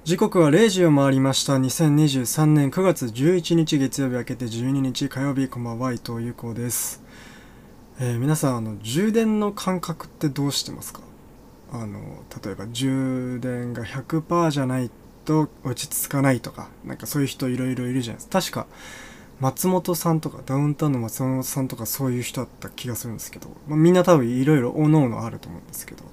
時刻は0時を回りました。2023年9月11日月曜日明けて12日火曜日、こんばんは、伊藤優子です。皆さん、充電の感覚ってどうしてますか？例えば充電が100%じゃないと落ち着かないとか、なんかそういう人いろいろいるじゃないですか。確か松本さんとか、ダウンタウンの松本さんとかそういう人だった気がするんですけど、みんな多分いろいろ各々あると思うんですけど、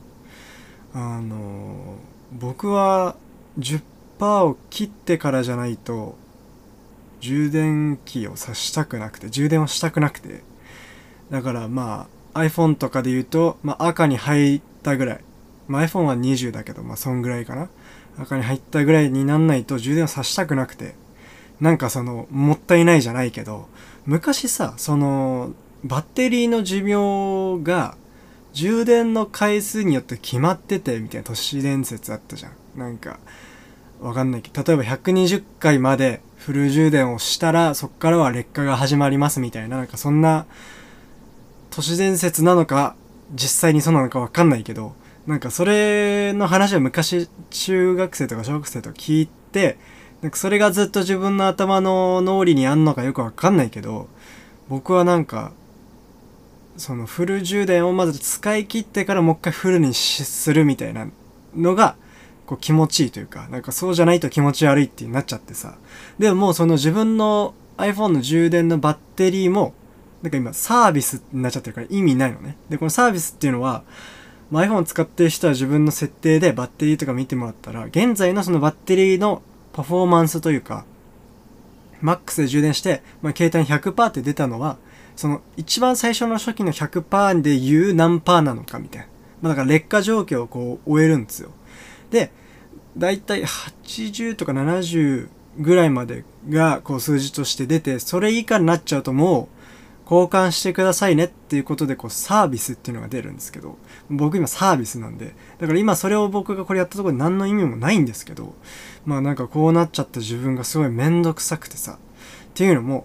僕は10%を切ってからじゃないと充電器を挿したくなくて、充電をしたくなくて、だからiPhone とかで言うと、赤に入ったぐらい、iPhone は20だけど、そんぐらいかな、赤に入ったぐらいになんないと充電を挿したくなくて、なんかもったいないじゃないけど、昔さ、バッテリーの寿命が充電の回数によって決まっててみたいな都市伝説あったじゃん。なんかわかんないけど、例えば120回までフル充電をしたらそっからは劣化が始まりますみたいな、なんかそんな都市伝説なのか実際にそうなのかわかんないけど、なんかそれの話を昔中学生とか小学生とか聞いて、なんかそれがずっと自分の頭の脳裏にあんのかよくわかんないけど、僕はなんかそのフル充電をまず使い切ってからもう一回フルにするみたいなのがこう気持ちいいというか、なんかそうじゃないと気持ち悪いってなっちゃってさ。でももうその自分の iPhone の充電のバッテリーもなんか今サービスになっちゃってるから意味ないのね。でこのサービスっていうのは、iPhone 使ってる人は自分の設定でバッテリーとか見てもらったら、現在のそのバッテリーのパフォーマンスというか、マックスで充電して、携帯に100%って出たのは、その一番最初の初期の100%でいう何パーなのかみたいな。だから劣化状況をこう終えるんですよ。で、だいたい80とか70ぐらいまでがこう数字として出て、それ以下になっちゃうともう交換してくださいねっていうことでこうサービスっていうのが出るんですけど、僕今サービスなんで、だから今それを僕がこれやったところで何の意味もないんですけど、なんかこうなっちゃった自分がすごいめんどくさくてさ、っていうのも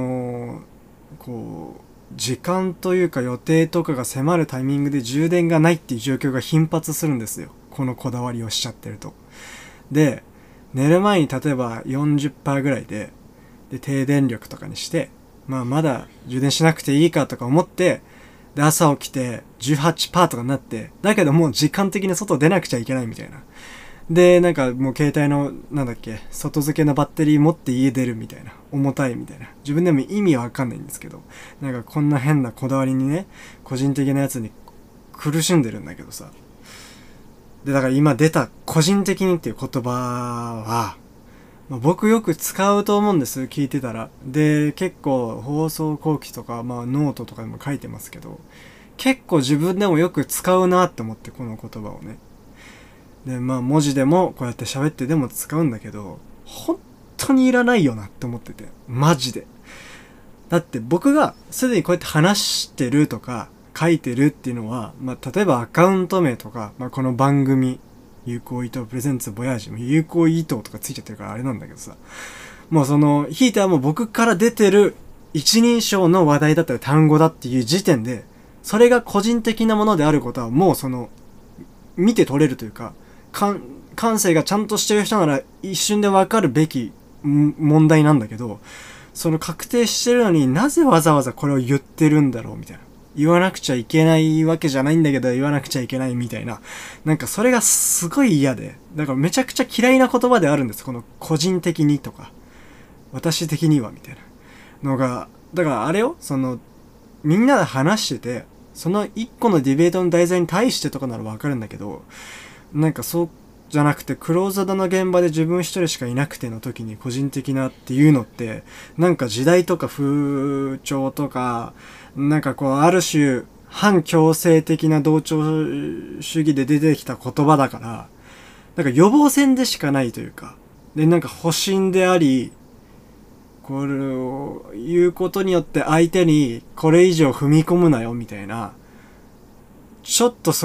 こう時間というか予定とかが迫るタイミングで充電がないっていう状況が頻発するんですよ、このこだわりをしちゃってると。で、寝る前に例えば40%ぐらいで低電力とかにして、まだ充電しなくていいかとか思って、で朝起きて18%とかになって、だけどもう時間的に外出なくちゃいけないみたいな。でなんかもう携帯のなんだっけ、外付けのバッテリー持って家出るみたいな、重たいみたいな、自分でも意味わかんないんですけど、なんかこんな変なこだわりにね、個人的なやつに苦しんでるんだけどさ。でだから今出た個人的にっていう言葉は、僕よく使うと思うんです、聞いてたら。で結構放送後期とか、ノートとかでも書いてますけど、結構自分でもよく使うなって思って、この言葉をね。で文字でもこうやって喋ってでも使うんだけど、本当にいらないよなって思ってて、マジで。だって僕がすでにこうやって話してるとか書いてるっていうのは、例えばアカウント名とか、この番組有効伊藤プレゼンツボヤージも有効伊藤とかついちゃってるからあれなんだけどさ、もうそのひいてはもう僕から出てる一人称の話題だったり単語だっていう時点で、それが個人的なものであることはもう見て取れるというか、感性がちゃんとしてる人なら一瞬で分かるべき問題なんだけど、その確定してるのになぜわざわざこれを言ってるんだろうみたいな。言わなくちゃいけないわけじゃないんだけど言わなくちゃいけないみたいな、なんかそれがすごい嫌で、だからめちゃくちゃ嫌いな言葉であるんです、この個人的にとか私的にはみたいなのが。だからあれをみんなで話してて、その一個のディベートの題材に対してとかならわかるんだけど、なんかそうじゃなくてクローズドの現場で自分一人しかいなくての時に個人的なっていうのって、なんか時代とか風潮とか、なんかこうある種反強制的な同調主義で出てきた言葉だから、なんか予防線でしかないというか、でなんか保身であり、これを言うことによって相手にこれ以上踏み込むなよみたいな、ちょっと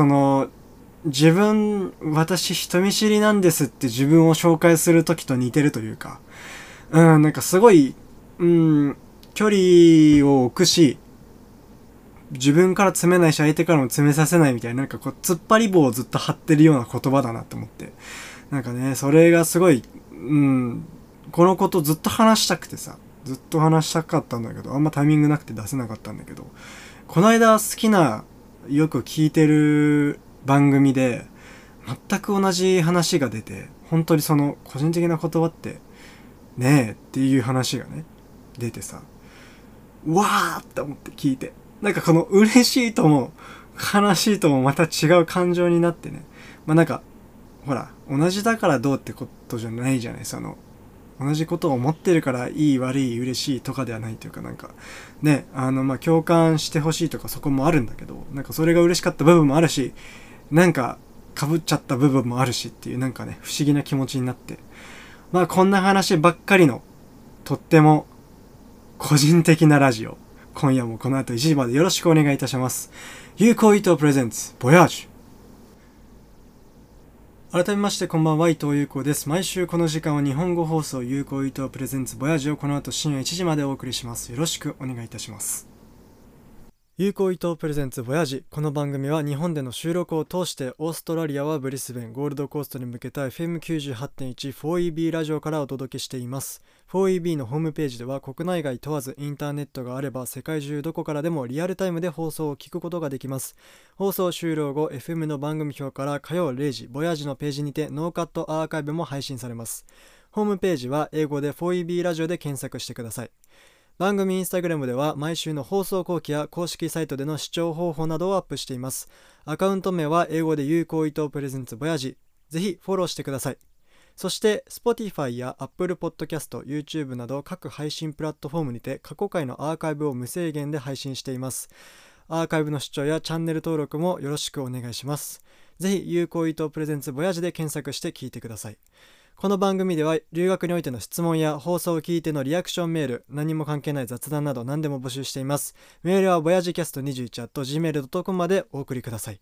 私人見知りなんですって自分を紹介する時と似てるというか、なんかすごい、距離を置くし、自分から詰めないし相手からも詰めさせないみたいな、なんかこう突っ張り棒をずっと張ってるような言葉だなと思って、 なんかね、それがすごい、このことずっと話したくてさ、ずっと話したかったんだけど、あんまタイミングなくて出せなかったんだけど、この間好きな、よく聞いてる番組で、全く同じ話が出て、本当にその個人的な言葉ってねえっていう話がね出てさ、うわーって思って聞いて、なんかこの嬉しいとも悲しいともまた違う感情になってね、なんかほら同じだからどうってことじゃないじゃない。その同じことを思ってるからいい悪い嬉しいとかではないというか、なんかね、共感してほしいとかそこもあるんだけど、なんかそれが嬉しかった部分もあるし、なんか被っちゃった部分もあるしっていう、なんかね不思議な気持ちになって、こんな話ばっかりのとっても個人的なラジオ、今夜もこの後1時までよろしくお願いいたします。有効伊藤プレゼンツボヤージュ。改めましてこんばんは、伊藤有効です。毎週この時間は日本語放送有効伊藤プレゼンツボヤージュをこの後深夜1時までお送りします。よろしくお願いいたします。有効伊藤プレゼンツボヤージュ。この番組は日本での収録を通してオーストラリアはブリスベン、ゴールドコーストに向けた FM98.1 4EB ラジオからお届けしています。4EB のホームページでは国内外問わずインターネットがあれば世界中どこからでもリアルタイムで放送を聞くことができます。放送終了後 FM の番組表から火曜0時ボヤージュのページにてノーカットアーカイブも配信されます。ホームページは英語で 4EB ラジオで検索してください。番組インスタグラムでは毎週の放送後期や公式サイトでの視聴方法などをアップしています。アカウント名は英語で有効伊藤プレゼンツボヤージ。ぜひフォローしてください。そして Spotify や Apple Podcast、YouTube など各配信プラットフォームにて過去回のアーカイブを無制限で配信しています。アーカイブの視聴やチャンネル登録もよろしくお願いします。ぜひ有効伊藤プレゼンツボヤージで検索して聞いてください。この番組では留学においての質問や放送を聞いてのリアクションメール、何も関係ない雑談など何でも募集しています。メールは voyagecast21@gmail.com までお送りください。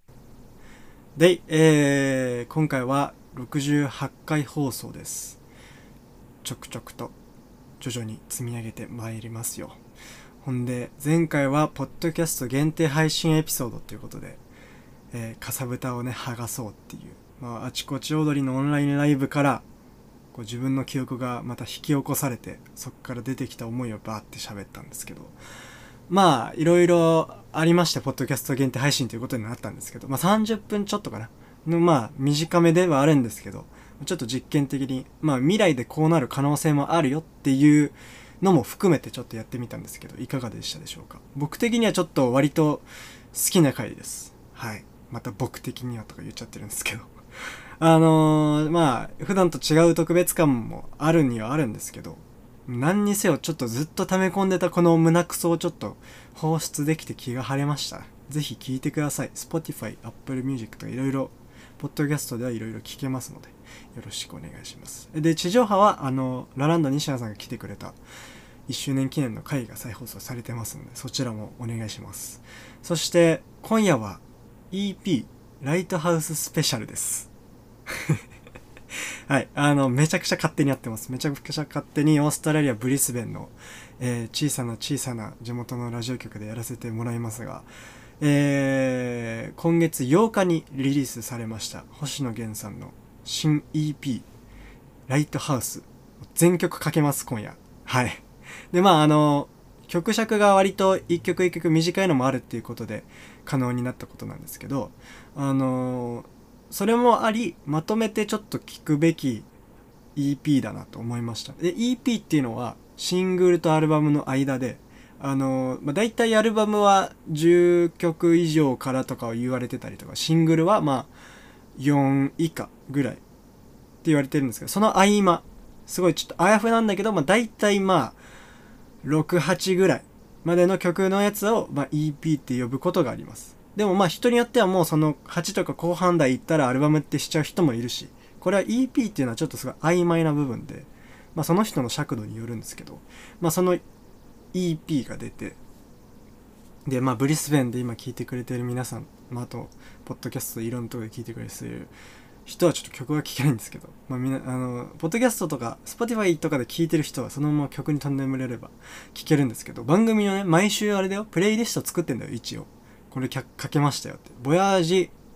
で、今回は68回放送です。ちょくちょくと徐々に積み上げてまいりますよ。ほんで前回はポッドキャスト限定配信エピソードということで、かさぶたをね剥がそうっていう、あちこち踊りのオンラインライブからこう自分の記憶がまた引き起こされて、そこから出てきた思いをバーって喋ったんですけど、いろいろありまして、ポッドキャスト限定配信ということになったんですけど、30分ちょっとかなの短めではあるんですけど、ちょっと実験的に未来でこうなる可能性もあるよっていうのも含めてちょっとやってみたんですけど、いかがでしたでしょうか。僕的にはちょっと割と好きな回です。はい。また僕的にはとか言っちゃってるんですけど普段と違う特別感もあるにはあるんですけど、何にせよちょっとずっと溜め込んでたこの胸くそをちょっと放出できて気が晴れました。ぜひ聞いてください。 Spotify、Apple Music とかいろいろポッドキャストではいろいろ聞けますのでよろしくお願いします。で、地上波はラランド西野さんが来てくれた1周年記念の回が再放送されてますので、そちらもお願いします。そして今夜は EP ライトハウススペシャルですはい、めちゃくちゃ勝手にやってます。めちゃくちゃ勝手にオーストラリアブリスベンの、小さな地元のラジオ局でやらせてもらいますが、今月8日にリリースされました星野源さんの新 EP ライトハウス、全曲かけます今夜。はい。で曲尺が割と一曲一曲短いのもあるっていうことで可能になったことなんですけど、それもあり、まとめてちょっと聴くべき EP だなと思いました。で EP っていうのはシングルとアルバムの間で、だいたいアルバムは10曲以上からとかを言われてたりとか、シングルは4以下ぐらいって言われてるんですけど、その合間すごいちょっとあやふなんだけど、だいたい6、8ぐらいまでの曲のやつを、EP って呼ぶことがあります。でも人によってはもうその8とか後半台行ったらアルバムってしちゃう人もいるし、これは EP っていうのはちょっとすごい曖昧な部分で、その人の尺度によるんですけど、その EP が出て、でブリスベンで今聞いてくれてる皆さん、あとポッドキャストでいろんなところで聞いてくれてる人はちょっと曲は聴けないんですけど、みんなポッドキャストとか Spotify とかで聴いてる人はそのまま曲に飛んでもらえれば聴けるんですけど、番組をね毎週あれだよ、プレイリスト作ってんだよ。一応これかけましたよって、ボヤージ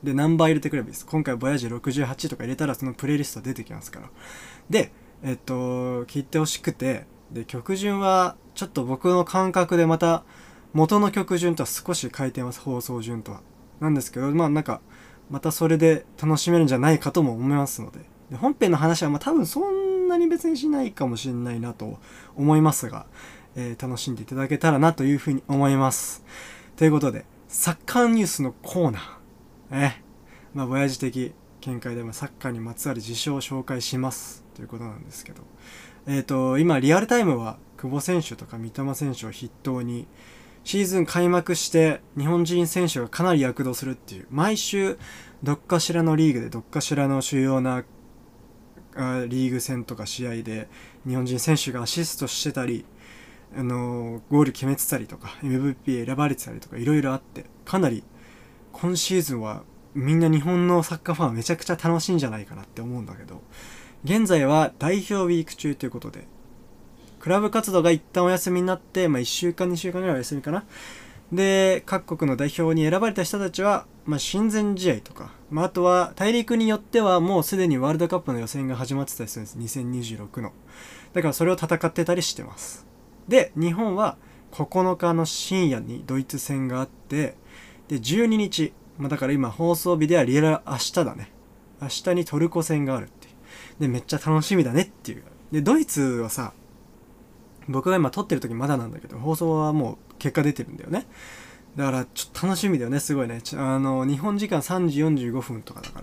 で、ナンバー入れてくればいいです。今回ボヤージュ68とか入れたらそのプレイリスト出てきますから。で、聞いてほしくて、で、曲順はちょっと僕の感覚でまた元の曲順とは少し変えてます。放送順とは。なんですけど、まあなんか、またそれで楽しめるんじゃないかとも思いますので。で、本編の話はまあ多分そんなに別にしないかもしれないなと思いますが、楽しんでいただけたらなというふうに思います。ということで、サッカーニュースのコーナー。まあ、親父的見解でサッカーにまつわる事象を紹介します。ということなんですけど。今、リアルタイムは、久保選手とか三笘選手を筆頭に、シーズン開幕して、日本人選手がかなり躍動するっていう、毎週、どっかしらのリーグで、どっかしらの主要な、リーグ戦とか試合で、日本人選手がアシストしてたり、ゴール決めてたりとか MVP 選ばれてたりとかいろいろあって、かなり今シーズンはみんな日本のサッカーファンはめちゃくちゃ楽しいんじゃないかなって思うんだけど、現在は代表ウィーク中ということで、クラブ活動が一旦お休みになって、1週間2週間ぐらいお休みかな。で、各国の代表に選ばれた人たちは、親善試合とか、あとは大陸によってはもうすでにワールドカップの予選が始まってたりするんです。2026の。だからそれを戦ってたりしてます。で、日本は9日の深夜にドイツ戦があって、で、12日、だから今放送日ではリアル明日だね。明日にトルコ戦があるっていう。で、めっちゃ楽しみだねっていう。で、ドイツはさ、僕が今撮ってる時まだなんだけど、放送はもう結果出てるんだよね。だからちょっと楽しみだよね、すごいね。日本時間3時45分とかだから、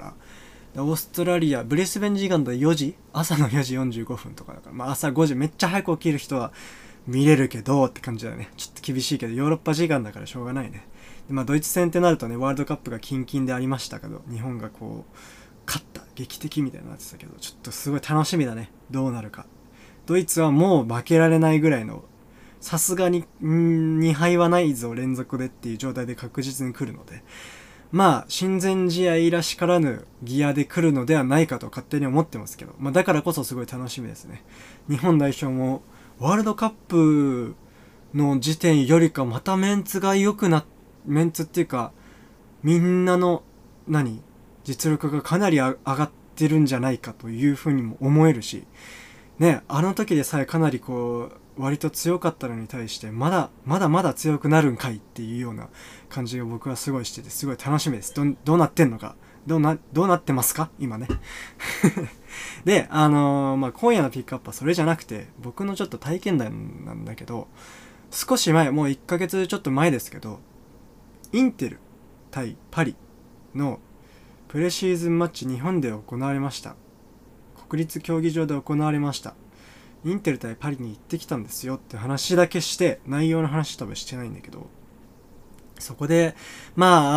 オーストラリア、ブリスベン時間で4時朝の4時45分とかだから、朝5時めっちゃ早く起きる人は見れるけどって感じだよね。ちょっと厳しいけど、ヨーロッパ時間だからしょうがないね。で、ドイツ戦ってなるとね、ワールドカップがキンキンでありましたけど、日本がこう、勝った、劇的みたいになってたけど、ちょっとすごい楽しみだね。どうなるか。ドイツはもう負けられないぐらいの、さすがに、2敗はないぞ、連続でっていう状態で確実に来るので、親善試合らしからぬギアで来るのではないかと勝手に思ってますけど、だからこそすごい楽しみですね。日本代表も、ワールドカップの時点よりかまたメンツが良くメンツっていうか、みんなの、実力がかなり上がってるんじゃないかというふうにも思えるし、ね、あの時でさえかなり割と強かったのに対して、まだ強くなるんかいっていうような感じが僕はすごいしてて、すごい楽しみです。どうなってんのか。どうなってますか今ね。で、今夜のピックアップはそれじゃなくて、僕のちょっと体験談なんだけど、少し前、もう1ヶ月ちょっと前ですけど、インテル対パリのプレシーズンマッチ日本で行われました。国立競技場で行われました。インテル対パリに行ってきたんですよって話だけして、内容の話多分してないんだけど、そこで、そ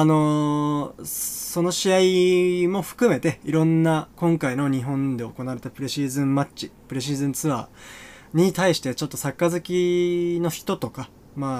の試合も含めて、いろんな今回の日本で行われたプレシーズンマッチ、プレシーズンツアーに対してちょっとサッカー好きの人とか、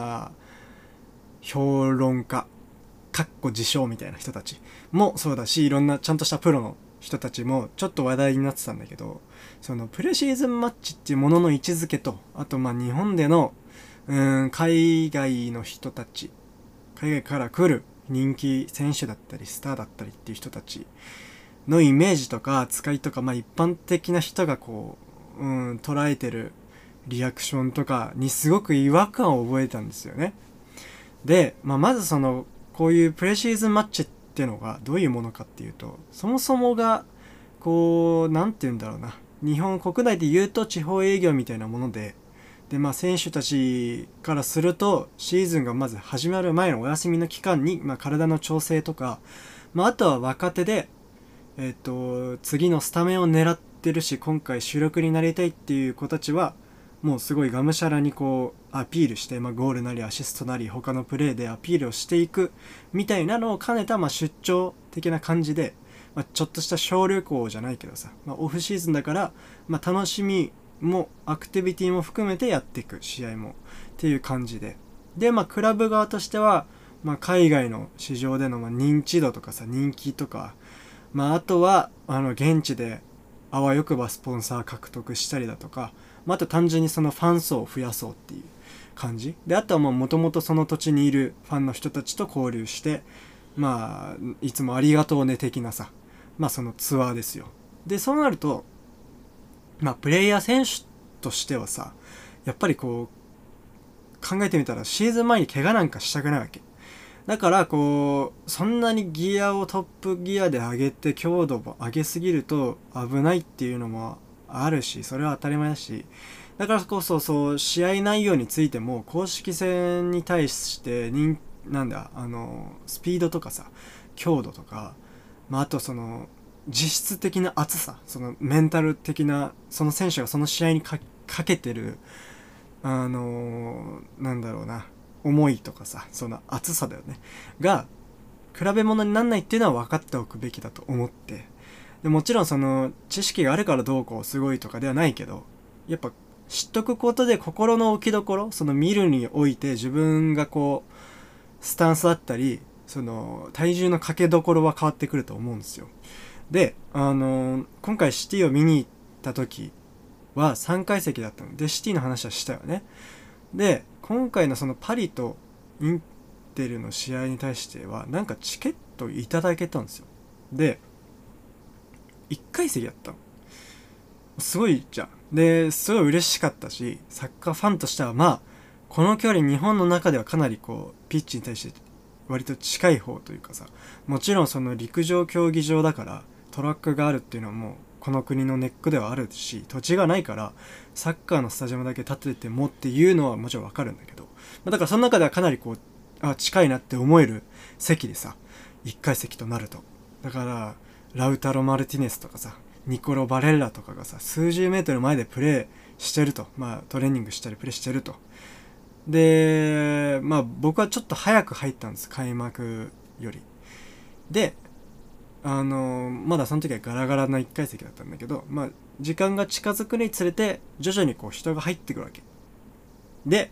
評論家、自称みたいな人たちもそうだし、いろんなちゃんとしたプロの人たちもちょっと話題になってたんだけど、そのプレシーズンマッチっていうものの位置づけと、あと日本での海外の人たち、海外から来る人気選手だったりスターだったりっていう人たちのイメージとか扱いとか、一般的な人が捉えてるリアクションとかにすごく違和感を覚えたんですよね。で、まずこういうプレシーズンマッチっていうのがどういうものかっていうと、そもそもがなんて言うんだろうな、日本国内で言うと地方営業みたいなもので、選手たちからするとシーズンがまず始まる前のお休みの期間に、体の調整とか、あとは若手で次のスタメンを狙ってるし、今回主力になりたいっていう子たちはもうすごいがむしゃらにアピールして、ゴールなりアシストなり他のプレーでアピールをしていくみたいなのを兼ねた出張的な感じで、ちょっとした小旅行じゃないけどさ、オフシーズンだから、楽しみもアクティビティも含めてやっていく試合もっていう感じで、クラブ側としては、海外の市場での認知度とかさ、人気とか、あとは現地であわよくばスポンサー獲得したりだとか、あと単純にそのファン層を増やそうっていう感じで、あとはもともとその土地にいるファンの人たちと交流して、 まあいつもありがとうね的なさ、まあそのツアーですよ。でそうなると、まあプレイヤー選手としてはさ、やっぱりこう考えてみたらシーズン前に怪我なんかしたくないわけだから、こうそんなにギアをトップギアで上げて強度も上げすぎると危ないっていうのもあるし、それは当たり前だし、だからこそそう試合内容についても公式戦に対してなんだスピードとかさ、強度とか、まあ、あとその実質的な熱さ、そのメンタル的な、その選手がその試合にかけてるなんだろうな、思いとかさ、その熱さだよねが比べ物にならないっていうのは分かっておくべきだと思って、でもちろんその知識があるからどうこうすごいとかではないけど、やっぱ知っとくことで心の置きどころ、その見るにおいて自分がこうスタンスだったり、その体重のかけどころは変わってくると思うんですよ。で今回シティを見に行った時は3階席だったので、シティの話はしたよね。で今回のそのパリとインテルの試合に対してはなんかチケットいただけたんですよ。で1階席だったの。すごいじゃん。ですごい嬉しかったし、サッカーファンとしてはまあこの距離日本の中ではかなりこうピッチに対して割と近い方というかさ、もちろんその陸上競技場だからトラックがあるっていうのはもうこの国のネックではあるし、土地がないからサッカーのスタジアムだけ建ててもっていうのはもちろんわかるんだけど、だからその中ではかなりこう近いなって思える席でさ、1階席となると、だからラウタロ・マルティネスとかさ、ニコロ・バレッラとかがさ、数十メートル前でプレーしてると、まあトレーニングしたりプレーしてると。でまあ僕はちょっと早く入ったんです、開幕より。でまだその時はガラガラの1階席だったんだけど、まあ時間が近づくにつれて徐々にこう人が入ってくるわけで、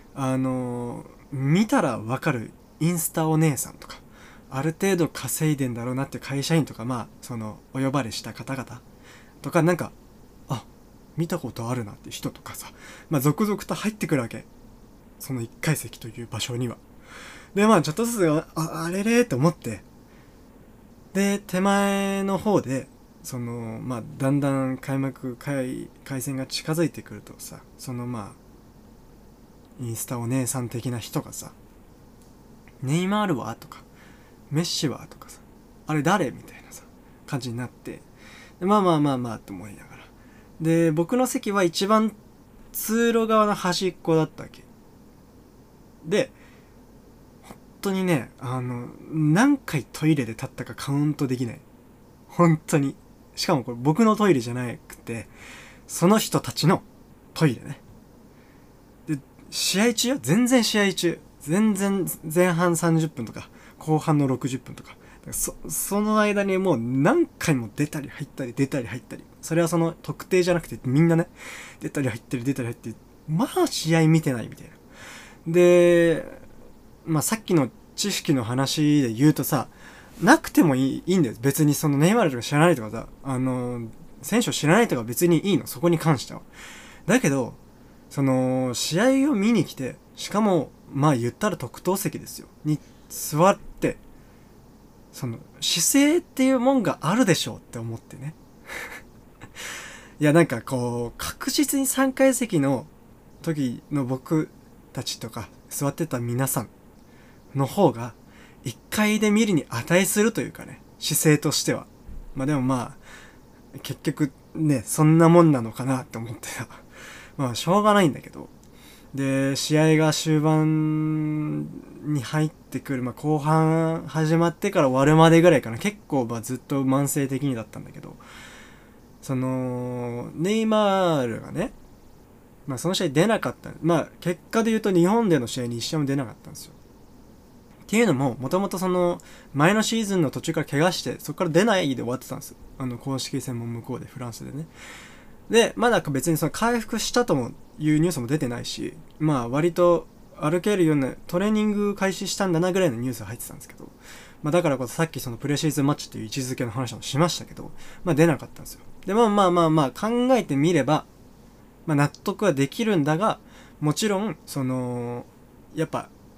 見たらわかるインスタお姉さんとか、ある程度稼いでんだろうなって会社員とか、まあそのお呼ばれした方々とか、なんか見たことあるなって人とかさ、まあ続々と入ってくるわけ、その1階席という場所には。でまあちょっとずつあれれと思って、で手前の方でそのまあだんだん開戦が近づいてくるとさ、そのまあインスタお姉さん的な人がさ、ネイマールはとかメッシはとかさ、あれ誰みたいなさ感じになって、でまあまあまあまあって思いながら、で僕の席は一番通路側の端っこだったわけで、本当にね何回トイレで立ったかカウントできない、本当に。しかもこれ僕のトイレじゃなくてその人たちのトイレね。で試合中よ、全然試合中、全然前半30分とか後半の60分とか、その間にもう何回も出たり入ったり出たり入ったり、それはその特定じゃなくてみんなね、出たり入ったり出たり入って、まあ試合見てないみたいな。でまあさっきの知識の話で言うとさ、なくてもいいんだよ別に。そのネイマールとか知らないとかさ、選手を知らないとか別にいいの、そこに関しては。だけどその試合を見に来て、しかもまあ言ったら特等席ですよに座って、その姿勢っていうもんがあるでしょうって思ってねいやなんかこう確実に3階席の時の僕たちとか座ってた皆さんの方が1階で見るに値するというかね、姿勢としては。まあでもまあ結局ねそんなもんなのかなって思ってたまあしょうがないんだけど、で試合が終盤に入ってくる、まあ、後半始まってから終わるまでぐらいかな、結構まあずっと慢性的にだったんだけど、そのネイマールがね、まあ、その試合出なかった。まあ結果で言うと日本での試合に一試合も出なかったんですよ。っていうのももともとその前のシーズンの途中から怪我して、そこから出ないで終わってたんですよ。公式戦も向こうでフランスでね。でまだ別にその回復したともいうニュースも出てないし、まあ割と歩けるようなトレーニング開始したんだなぐらいのニュースが入ってたんですけど、まあだからこそさっきそのプレシーズンマッチっていう位置づけの話もしましたけど、まあ出なかったんですよ。でまあまあまあまあ考えてみれば、まあ納得はできるんだが、もちろんそのやっぱ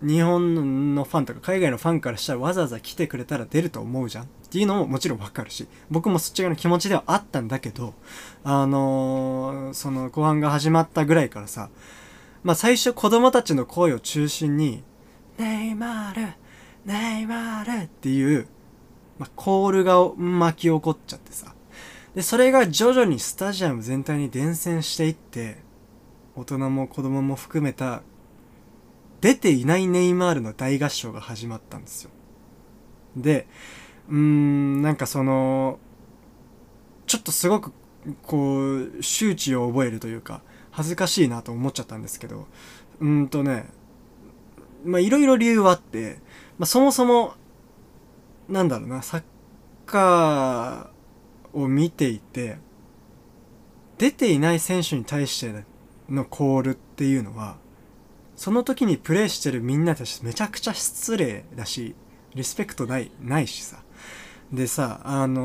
日本のファンとか海外のファンからしたらわざわざ来てくれたら出ると思うじゃんっていうのももちろんわかるし、僕もそっち側の気持ちではあったんだけど、その後半が始まったぐらいからさ、まあ最初子供たちの声を中心にネイマールネイマールっていう、まあ、コールが巻き起こっちゃってさ、でそれが徐々にスタジアム全体に伝染していって、大人も子供も含めた出ていないネイマールの大合唱が始まったんですよ。でなんかそのちょっとすごくこう周知を覚えるというか恥ずかしいなと思っちゃったんですけど、まあいろいろ理由はあって、まあ、そもそもなんだろうな、サッカーを見ていて出ていない選手に対してのコールっていうのは、その時にプレーしてるみんなたちめちゃくちゃ失礼だし、リスペクトないしさ。でさ、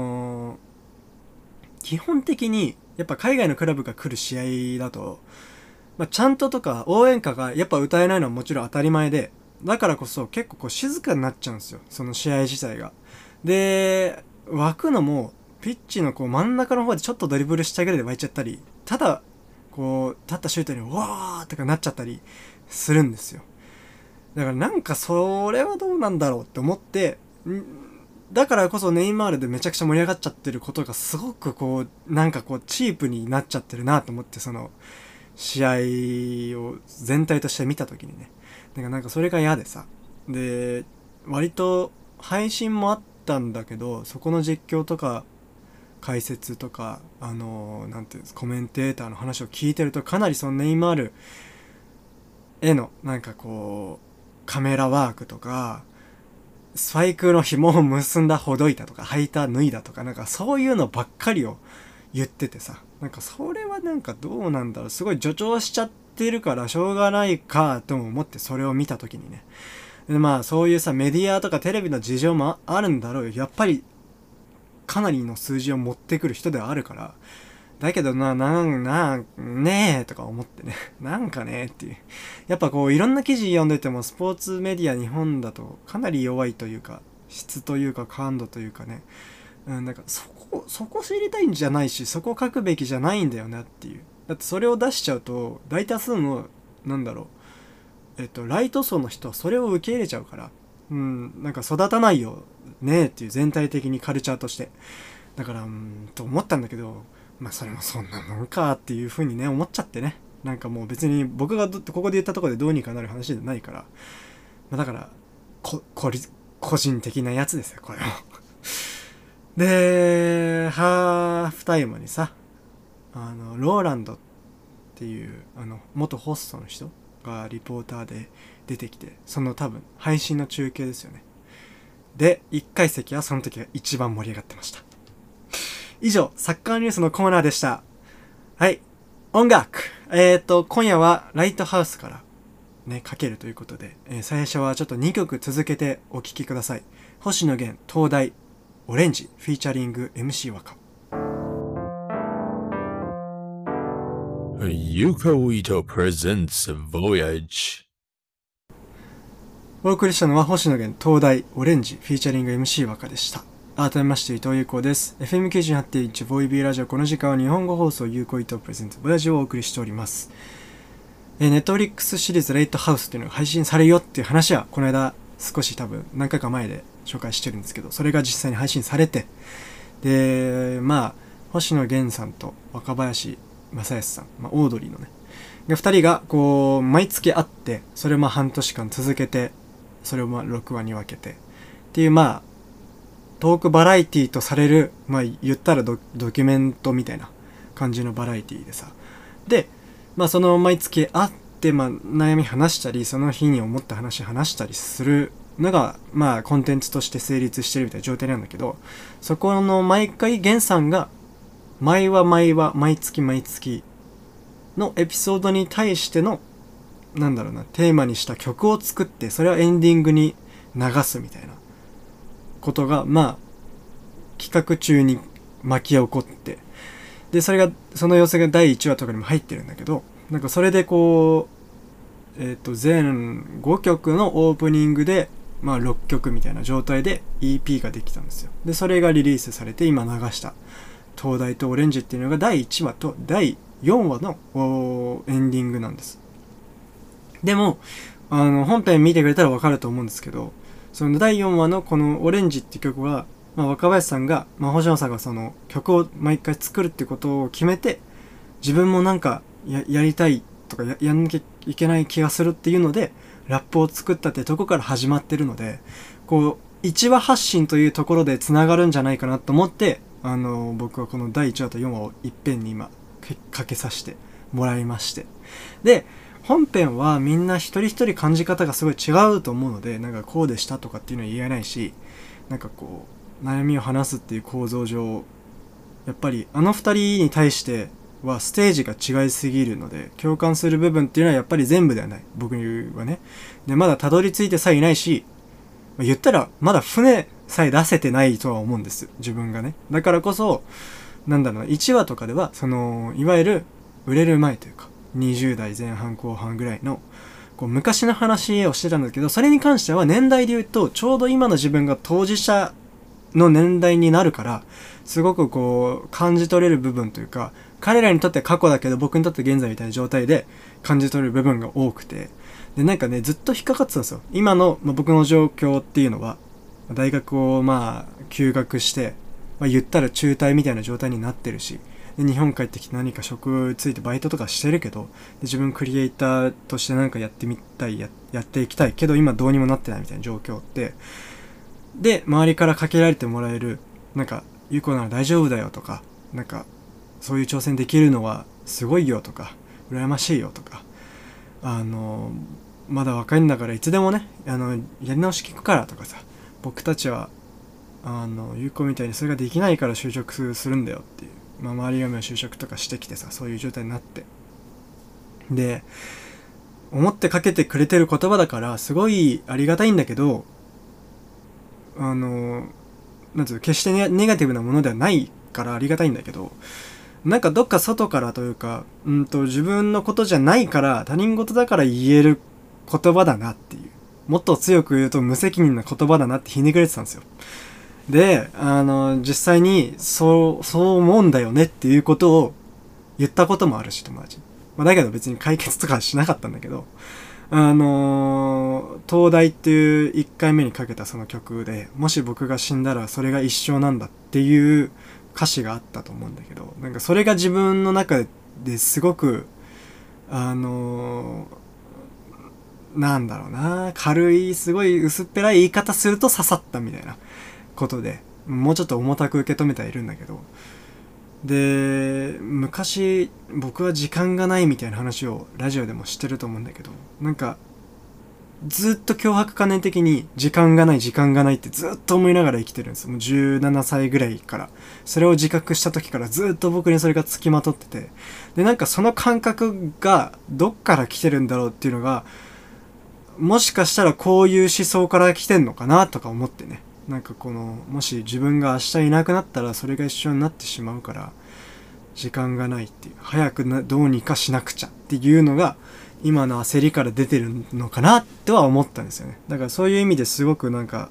基本的にやっぱ海外のクラブが来る試合だと、まあ、ちゃんととか応援歌がやっぱ歌えないのはもちろん当たり前で、だからこそ結構こう静かになっちゃうんですよ、その試合自体が。で、湧くのもピッチのこう真ん中の方でちょっとドリブルしたぐらいで湧いちゃったり、ただこう立ったシュートにわーとかなっちゃったりするんですよ。だからなんかそれはどうなんだろうって思って、だからこそネイマールでめちゃくちゃ盛り上がっちゃってることがすごくこうなんかこうチープになっちゃってるなと思って、その試合を全体として見た時にね、なんかそれが嫌でさ、で割と配信もあったんだけど、そこの実況とか解説とかなんていうんですか、コメンテーターの話を聞いてると、かなりそのネイマールへのなんかこうカメラワークとかスパイクの紐を結んだほどいたとか履いた脱いだとか、なんかそういうのばっかりを言っててさ、なんかそれはなんかどうなんだろう、すごい助長しちゃってるからしょうがないかとも思って、それを見た時にね。でまあそういうさメディアとかテレビの事情もあるんだろうよ、やっぱりかなりの数字を持ってくる人ではあるから。だけどねえとか思ってね。なんかねっていう。やっぱこういろんな記事読んでてもスポーツメディア日本だとかなり弱いというか、質というか感度というかね。なんかそこ知りたいんじゃないし、そこ書くべきじゃないんだよなっていう。だってそれを出しちゃうと、大多数の、なんだろう、ライト層の人はそれを受け入れちゃうから、なんか育たないよねっていう、全体的にカルチャーとして。だから、と思ったんだけど、まあそれもそんなもんかっていう風にね思っちゃってね。なんかもう別に僕がここで言ったところでどうにかなる話じゃないから、まあ、だから個人的なやつですよこれは。でハーフタイムにさ、ローランドっていう元ホストの人がリポーターで出てきて、その多分配信の中継ですよね。で1階席はその時が一番盛り上がってました。以上、サッカーニュースのコーナーでした。はい。音楽。今夜はライトハウスからね、かけるということで、最初はちょっと2曲続けてお聴きください。星野源、東大、オレンジ、フィーチャリング MC 和歌。 Yuko Ito presents Voyage。 お送りしたのは星野源、東大、オレンジ、フィーチャリング MC 和歌でした。改めまして伊藤優子です。 FM98.1 ボイビーラジオ。この時間は日本語放送優子伊藤プレゼンツボヤジをお送りしております。ネットフリックスシリーズレイトハウスっていうのが配信されるよっていう話はこの間少し多分何回か前で紹介してるんですけど、それが実際に配信されて、でまあ星野源さんと若林正康さん、オードリーのね2人がこう毎月会って、それを半年間続けて、それを6話に分けてっていうトークバラエティとされる、言ったらドキュメントみたいな感じのバラエティでさ。で、その毎月会って、悩み話したり、その日に思った話話したりするのが、コンテンツとして成立してるみたいな状態なんだけど、そこの毎回、ゲンさんが、毎月のエピソードに対しての、テーマにした曲を作って、それをエンディングに流すみたいなことが企画中に巻き起こって、でその様子が第1話とかにも入ってるんだけど、なんかそれでこう全5曲のオープニングで、まあ6曲みたいな状態で EP ができたんですよ。で、それがリリースされて今流した灯台とオレンジっていうのが第1話と第4話のエンディングなんです。でも、本編見てくれたらわかると思うんですけど、その第4話のこのオレンジっていう曲は、まあ、若林さんが、まあ、星野さんがその曲を毎回作るってことを決めて、自分もなんかやりたいとかやんなきゃいけない気がするっていうので、ラップを作ったってとこから始まってるので、こう、1話発信というところで繋がるんじゃないかなと思って、僕はこの第1話と4話をいっぺんに今、かけさせてもらいまして。で、本編はみんな一人一人感じ方がすごい違うと思うので、なんかこうでしたとかっていうのは言えないし、なんかこう、悩みを話すっていう構造上、やっぱりあの二人に対してはステージが違いすぎるので、共感する部分っていうのはやっぱり全部ではない。僕はね。で、まだたどり着いてさえいないし、言ったらまだ船さえ出せてないとは思うんです。自分がね。だからこそ、なんだろうな、1話とかでは、いわゆる売れる前というか、20代前半後半ぐらいの、こう昔の話をしてたんだけど、それに関しては年代で言うと、ちょうど今の自分が当事者の年代になるから、すごくこう、感じ取れる部分というか、彼らにとって過去だけど僕にとって現在みたいな状態で感じ取れる部分が多くて、で、なんかね、ずっと引っかかってたんですよ。今の、僕の状況っていうのは、大学を休学して、言ったら中退みたいな状態になってるし、で日本帰ってきて何か職ついてバイトとかしてるけど、で自分クリエイターとして何かやってみたい、やっていきたいけど今どうにもなってないみたいな状況って、で周りからかけられてもらえる、なんかゆうこなら大丈夫だよとか、なんかそういう挑戦できるのはすごいよとか、羨ましいよとか、まだ若いんだからいつでもね、やり直し聞くからとかさ、僕たちは有効みたいにそれができないから就職するんだよっていう、周りが就職とかしてきてさ、そういう状態になって、で思ってかけてくれてる言葉だからすごいありがたいんだけど、なんていうの、決してネガティブなものではないからありがたいんだけど、なんかどっか外からというか、自分のことじゃないから他人事だから言える言葉だなっていう、もっと強く言うと無責任な言葉だなってひねくれてたんですよ。で、実際にそう思うんだよねっていうことを言ったこともあるし、友達。だけど別に解決とかはしなかったんだけど、灯台っていう1回目にかけたその曲で、もし僕が死んだらそれが一生なんだっていう歌詞があったと思うんだけど、なんかそれが自分の中ですごく、なんだろうな、軽い、すごい薄っぺらい言い方すると刺さったみたいなことで、もうちょっと重たく受け止めてはいるんだけど、で、昔僕は時間がないみたいな話をラジオでもしてると思うんだけど、なんかずっと強迫観念的に時間がないってずっと思いながら生きてるんです。もう17歳ぐらいから、それを自覚した時からずっと僕にそれがつきまとってて、でなんかその感覚がどっから来てるんだろうっていうのが、もしかしたらこういう思想から来てんのかなとか思ってね、なんかもし自分が明日いなくなったらそれが一緒になってしまうから、時間がないっていう、早くどうにかしなくちゃっていうのが今の焦りから出てるのかなっては思ったんですよね。だからそういう意味ですごくなんか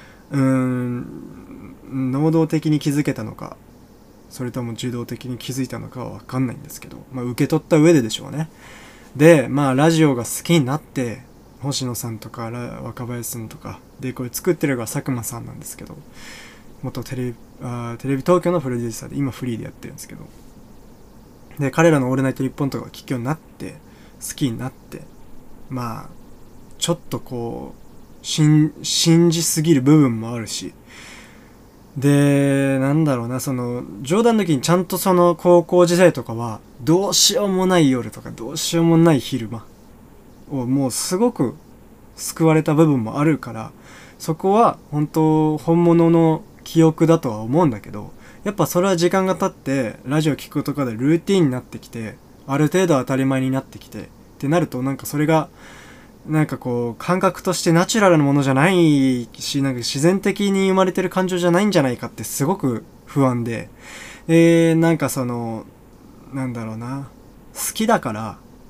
能動的に気づけたのか、それとも受動的に気づいたのかは分かんないんですけど、受け取った上ででしょうね。でラジオが好きになって、星野さんとか若林さんとかで、これ作ってるのが佐久間さんなんですけど、元テレビ東京のプロデューサーで今フリーでやってるんですけど、で彼らのオールナイトニッポンとかを聞くようになって、好きになって、ちょっとこう信じすぎる部分もあるし、でなんだろうな、冗談抜きにちゃんと高校時代とかはどうしようもない夜とかどうしようもない昼間をもうすごく救われた部分もあるから、そこは本物の記憶だとは思うんだけど、やっぱそれは時間が経ってラジオ聞くとかでルーティーンになってきて、ある程度当たり前になってきてってなると、なんかそれがなんかこう感覚としてナチュラルなものじゃないし、なんか自然的に生まれてる感情じゃないんじゃないかってすごく不安で、なんかなんだろうな、好きだから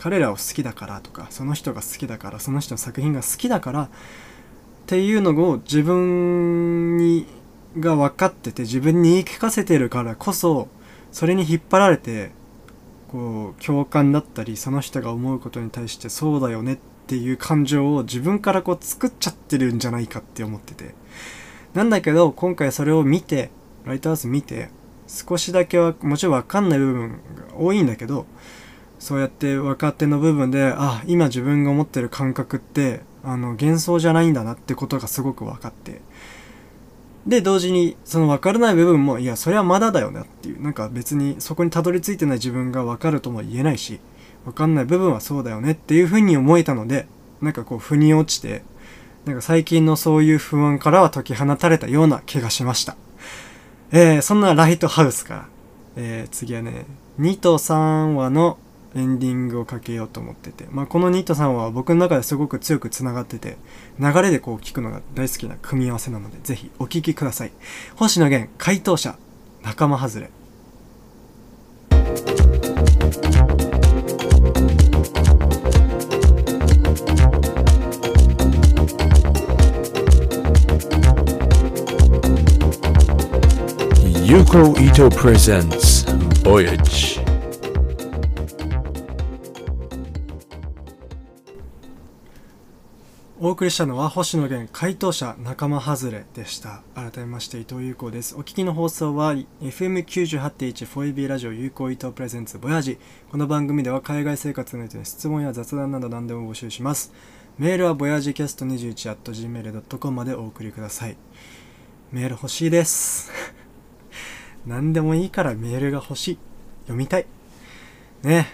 彼らを好きだからとか、その人が好きだから、その人の作品が好きだからっていうのを自分にが分かってて、自分に言い聞かせてるからこそ、それに引っ張られてこう共感だったり、その人が思うことに対してそうだよねっていう感情を自分からこう作っちゃってるんじゃないかって思ってて、なんだけど今回それを見て、ライトハウス見て、少しだけはもちろん分かんない部分が多いんだけど、そうやって若手の部分で、今自分が思ってる感覚って幻想じゃないんだなってことがすごく分かって、で同時にその分からない部分も、いやそれはまだだよなっていう、なんか別にそこにたどり着いてない自分が分かるとも言えないし、分かんない部分はそうだよねっていうふうに思えたので、なんかこう腑に落ちて、なんか最近のそういう不安からは解き放たれたような気がしました。そんなライトハウスから、次はね2と3話のエンディングをかけようと思ってて、この2と3話は僕の中ですごく強くつながってて、流れでこう聞くのが大好きな組み合わせなので、ぜひお聞きください。星野源、回答者、仲間外れ。 Yuko Ito presents Voyage. お送りしたのは星野源、回答者、仲間外れでした。改めまして伊藤優子です。お聞きの放送は FM98.1 ラジオ有効伊藤プレゼンツボヤジ。この番組では海外生活について質問や雑談など何でも募集します。メールはボヤジキャスト21 @gmail.com までお送りください。メール欲しいです。何でもいいからメールが欲しい。読みたい。ね、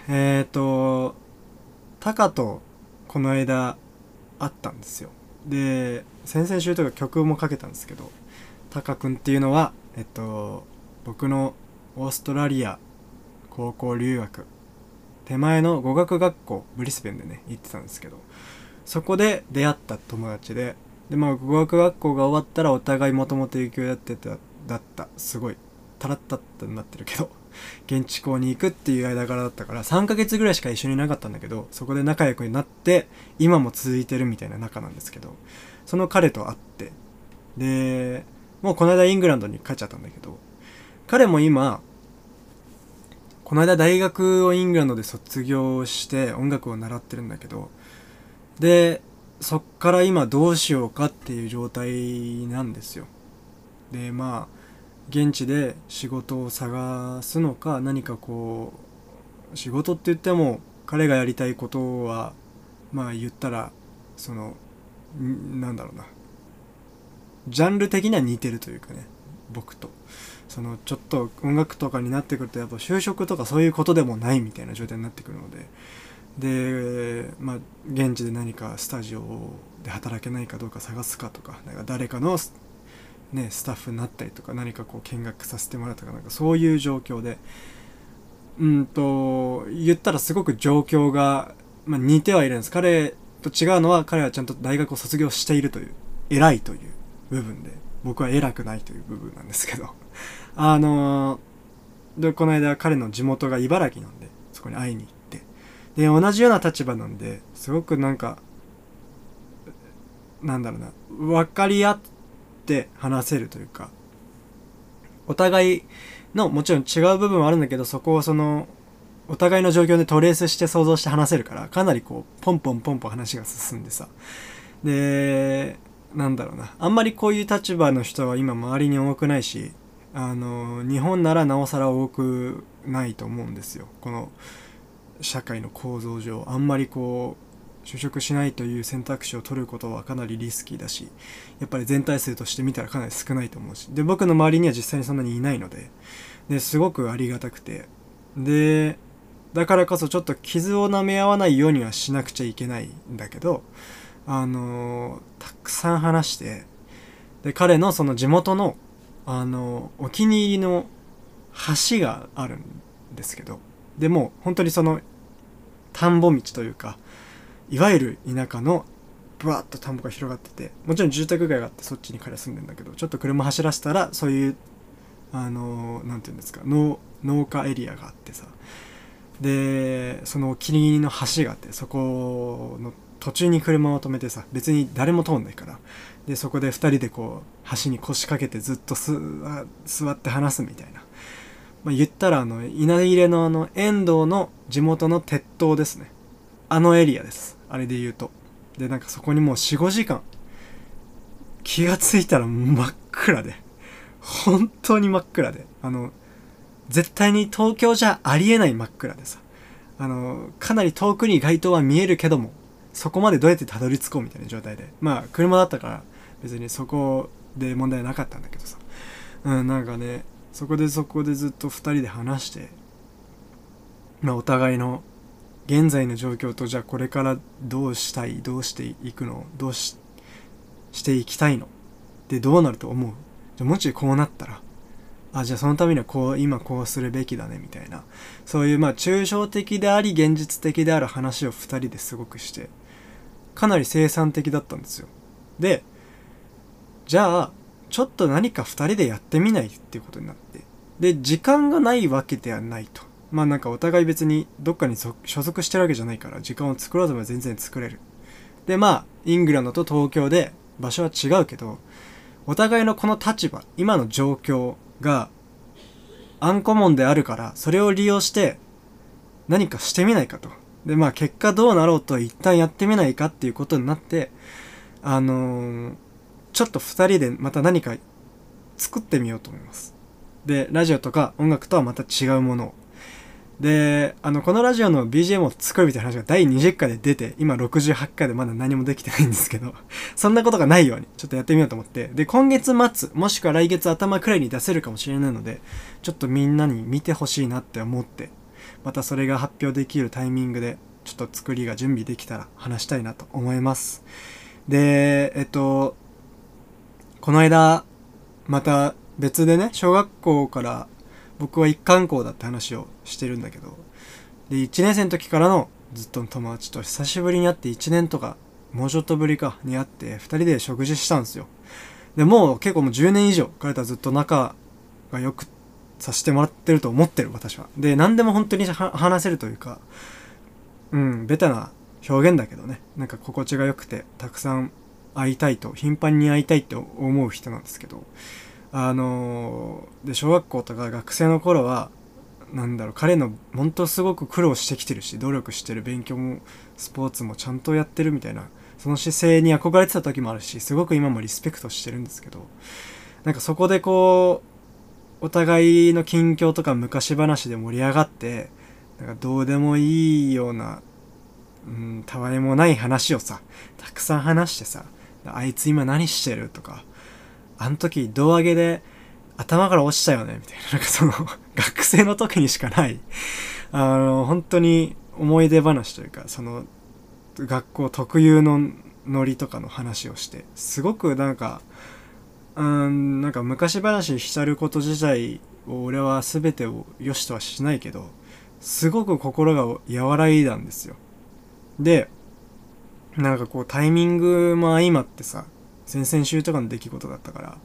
タカとこの間あったんですよ。で、先々週とか曲もかけたんですけど、タカ君っていうのは、僕のオーストラリア高校留学手前の語学学校ブリスベンでね行ってたんですけど、そこで出会った友達で、語学学校が終わったらお互いもともと有給やってただったすごいタラッタッタになってるけど現地校に行くっていう間柄だったから3ヶ月ぐらいしか一緒にいなかったんだけど、そこで仲良くになって今も続いてるみたいな仲なんですけど、その彼と会って、でもうこの間イングランドに帰っちゃったんだけど、彼も今この間大学をイングランドで卒業して音楽を習ってるんだけど、でそっから今どうしようかっていう状態なんですよ。で現地で仕事を探すのか、何かこう仕事って言っても彼がやりたいことは言ったらそのなんだろうな、ジャンル的には似てるというかね、僕とそのちょっと音楽とかになってくるとやっぱ就職とかそういうことでもないみたいな状態になってくるので、現地で何かスタジオで働けないかどうか探すかとか、なんか誰かのスタッフになったりとか、何かこう見学させてもらうとか、なんかそういう状況で、言ったらすごく状況が、似てはいるんです。彼と違うのは、彼はちゃんと大学を卒業しているという、偉いという部分で、僕は偉くないという部分なんですけどでこの間彼の地元が茨城なんで、そこに会いに行って、で同じような立場なんで、すごくなんかなんだろうな、分かり合って話せるというか、お互いのもちろん違う部分はあるんだけど、そこをそのお互いの状況でトレースして想像して話せるから、かなりこうポンポン話が進んでさ、でなんだろうな、あんまりこういう立場の人は今周りに多くないし、日本ならなおさら多くないと思うんですよ。この社会の構造上、あんまりこう就職しないという選択肢を取ることはかなりリスキーだし、やっぱり全体数として見たらかなり少ないと思うし、で僕の周りには実際にそんなにいないのですごくありがたくて、でだからこそちょっと傷を舐め合わないようにはしなくちゃいけないんだけど、たくさん話して、で彼のその地元のお気に入りの橋があるんですけど、でも本当にその田んぼ道というか、いわゆる田舎のブワーッと田んぼが広がってて、もちろん住宅街があってそっちに彼は住んでんだけど、ちょっと車走らせたらそういうなんていうんですか、農家エリアがあってさ、 でそのお気に入りの橋があって、そこの途中に車を止めてさ、別に誰も通んないから、でそこで2人でこう橋に腰掛けてずっと座って話すみたいな、言ったら稲入れの遠藤の地元の鉄塔ですね。あのエリアです、あれで言うと。でなんかそこにもう 4,5 時間、気がついたら真っ暗で、本当に真っ暗で、絶対に東京じゃありえない真っ暗でさ、かなり遠くに街灯は見えるけども、そこまでどうやってたどり着こうみたいな状態で、車だったから別にそこで問題なかったんだけどさ、なんかね、そこでずっと2人で話して、お互いの現在の状況と、じゃあこれからどうしたい、どうしていくの、どうしていきたいので、どうなると思う、じゃあもしこうなったら、じゃあそのためには今こうするべきだねみたいな、そういう抽象的であり現実的である話を2人ですごくして、かなり生産的だったんですよ。でじゃあちょっと何か2人でやってみないっていうことになって、で時間がないわけではないと、なんかお互い別にどっかに所属してるわけじゃないから、時間を作ろうと思えば全然作れる。でイングランドと東京で場所は違うけど、お互いのこの立場、今の状況がアンコモンであるから、それを利用して何かしてみないかと。で結果どうなろうと一旦やってみないかっていうことになって、ちょっと2人でまた何か作ってみようと思います。でラジオとか音楽とはまた違うものを。でこのラジオの BGM を作るみたいな話が第20回で出て、今68回でまだ何もできてないんですけどそんなことがないようにちょっとやってみようと思って、で今月末もしくは来月頭くらいに出せるかもしれないので、ちょっとみんなに見てほしいなって思って、またそれが発表できるタイミングでちょっと作りが準備できたら話したいなと思います。でこの間また別でね、小学校から僕は一貫校だって話をしてるんだけど、で1年生の時からのずっとの友達と久しぶりに会って、1年とかもうちょっとぶりかに会って2人で食事したんですよ。でもう結構もう10年以上彼とはずっと仲が良くさせてもらってると思ってる、私は。で何でも本当に話せるというか、ベタな表現だけどね、なんか心地が良くて、たくさん会いたいと、頻繁に会いたいって思う人なんですけど、で小学校とか学生の頃は彼の本当すごく苦労してきてるし、努力してる、勉強もスポーツもちゃんとやってるみたいな、その姿勢に憧れてた時もあるし、すごく今もリスペクトしてるんですけど、なんかそこでこうお互いの近況とか昔話で盛り上がって、なんかどうでもいいような、たわいもない話をさたくさん話してさ、あいつ今何してるとか、あの時胴上げで頭から落ちたよねみたいな、なんかその学生の時にしかない本当に思い出話というか、その学校特有のノリとかの話をして、すごくなんか昔話浸ること自体を俺は全てを良しとはしないけど、すごく心が和らいだんですよ。でなんかこうタイミングも相まってさ、先々週とかの出来事だったから、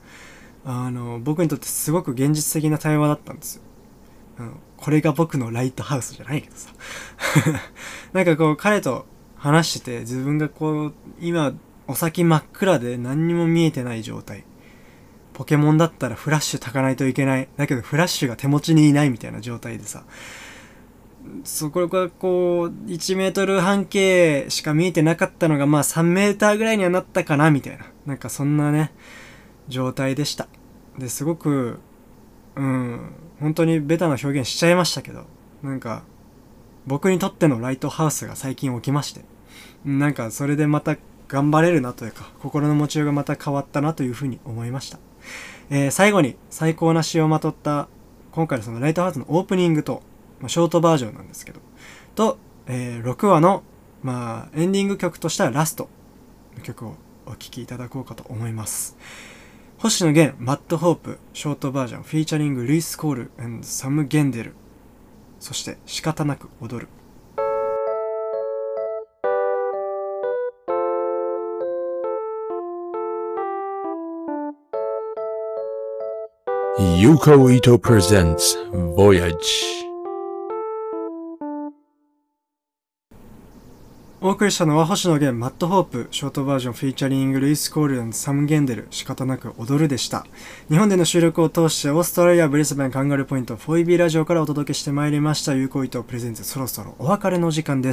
僕にとってすごく現実的な対話だったんですよ。これが僕のライトハウスじゃないけどさなんかこう彼と話してて、自分がこう今お先真っ暗で何にも見えてない状態、ポケモンだったらフラッシュ焚かないといけない、だけどフラッシュが手持ちにいないみたいな状態でさ、そこがこう1メートル半径しか見えてなかったのが3メーターぐらいにはなったかなみたいな、なんかそんなね状態でした。ですごく本当にベタな表現しちゃいましたけど、なんか僕にとってのライトハウスが最近起きまして、なんかそれでまた頑張れるなというか、心の持ちようがまた変わったなというふうに思いました。最後に最高な詩をまとった今回のそのライトハウスのオープニングと、ショートバージョンなんですけどと、6話のエンディング曲としてはラストの曲をお聴きいただこうかと思います。星野源マッドホープショートバージョンフィーチャリングルイス・コール&サム・ゲンデル、そして仕方なく踊る。 Yuko Ito presents Voyage. お送りしたのは星野源マットホープショートバージョンフィーチャリングルイス・コール&サム・ゲンデル仕方なく踊るでした。日本での収録を通してオーストラリアブリスベンカンガルーポイント 4EB ラジオからお届けしてまいりました有効糸プレゼンツ、そろそろお別れの時間です。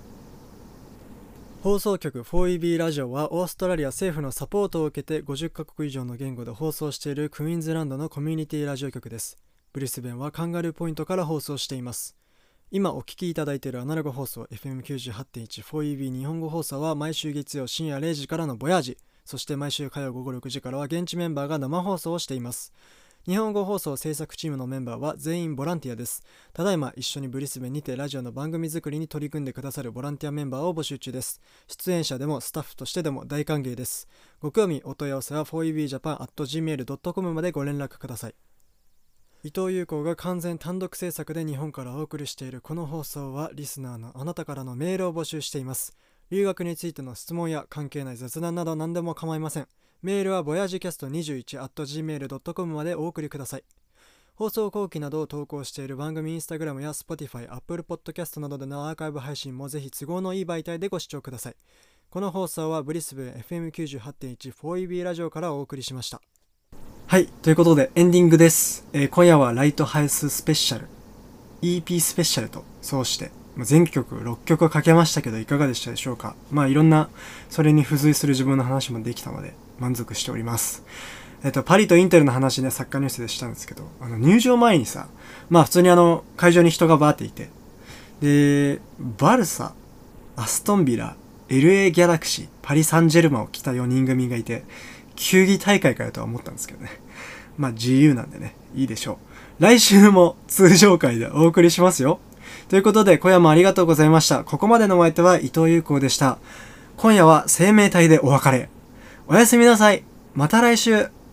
放送局 4EB ラジオはオーストラリア政府のサポートを受けて50カ国以上の言語で放送しているクイーンズランドのコミュニティラジオ局です。ブリスベンはカンガルーポイントから放送しています。今お聞きいただいているアナログ放送 FM98.1 4EB 日本語放送は毎週月曜深夜0時からのボヤージ、そして毎週火曜午後6時からは現地メンバーが生放送をしています。日本語放送制作チームのメンバーは全員ボランティアです。ただいま一緒にブリスベンにてラジオの番組作りに取り組んでくださるボランティアメンバーを募集中です。出演者でもスタッフとしてでも大歓迎です。ご興味お問い合わせは 4ebjapan@gmail.com までご連絡ください。伊藤優子が完全単独制作で日本からお送りしているこの放送はリスナーのあなたからのメールを募集しています。留学についての質問や関係ない雑談など何でも構いません。メールは voyagecast21@gmail.com までお送りください。放送後期などを投稿している番組インスタグラムや Spotify、Apple Podcast などでのアーカイブ配信もぜひ都合のいい媒体でご視聴ください。この放送はブリスベン FM98.1 4EB ラジオからお送りしました。はい、ということでエンディングです。今夜はライトハウススペシャル EP スペシャルとそうして全曲6曲かけましたけどいかがでしたでしょうか。いろんなそれに付随する自分の話もできたので満足しております。パリとインテルの話ね、サッカーニュースでしたんですけど、入場前にさ、普通に会場に人がバーっていて、でバルサ、アストンビラ、LA ギャラクシー、パリサンジェルマンを着た4人組がいて、球技大会かよとは思ったんですけどね。自由なんでね、いいでしょう。来週も通常回でお送りしますよ。ということで、今夜もありがとうございました。ここまでのお相手は伊藤優子でした。今夜は生命体でお別れ。おやすみなさい。また来週。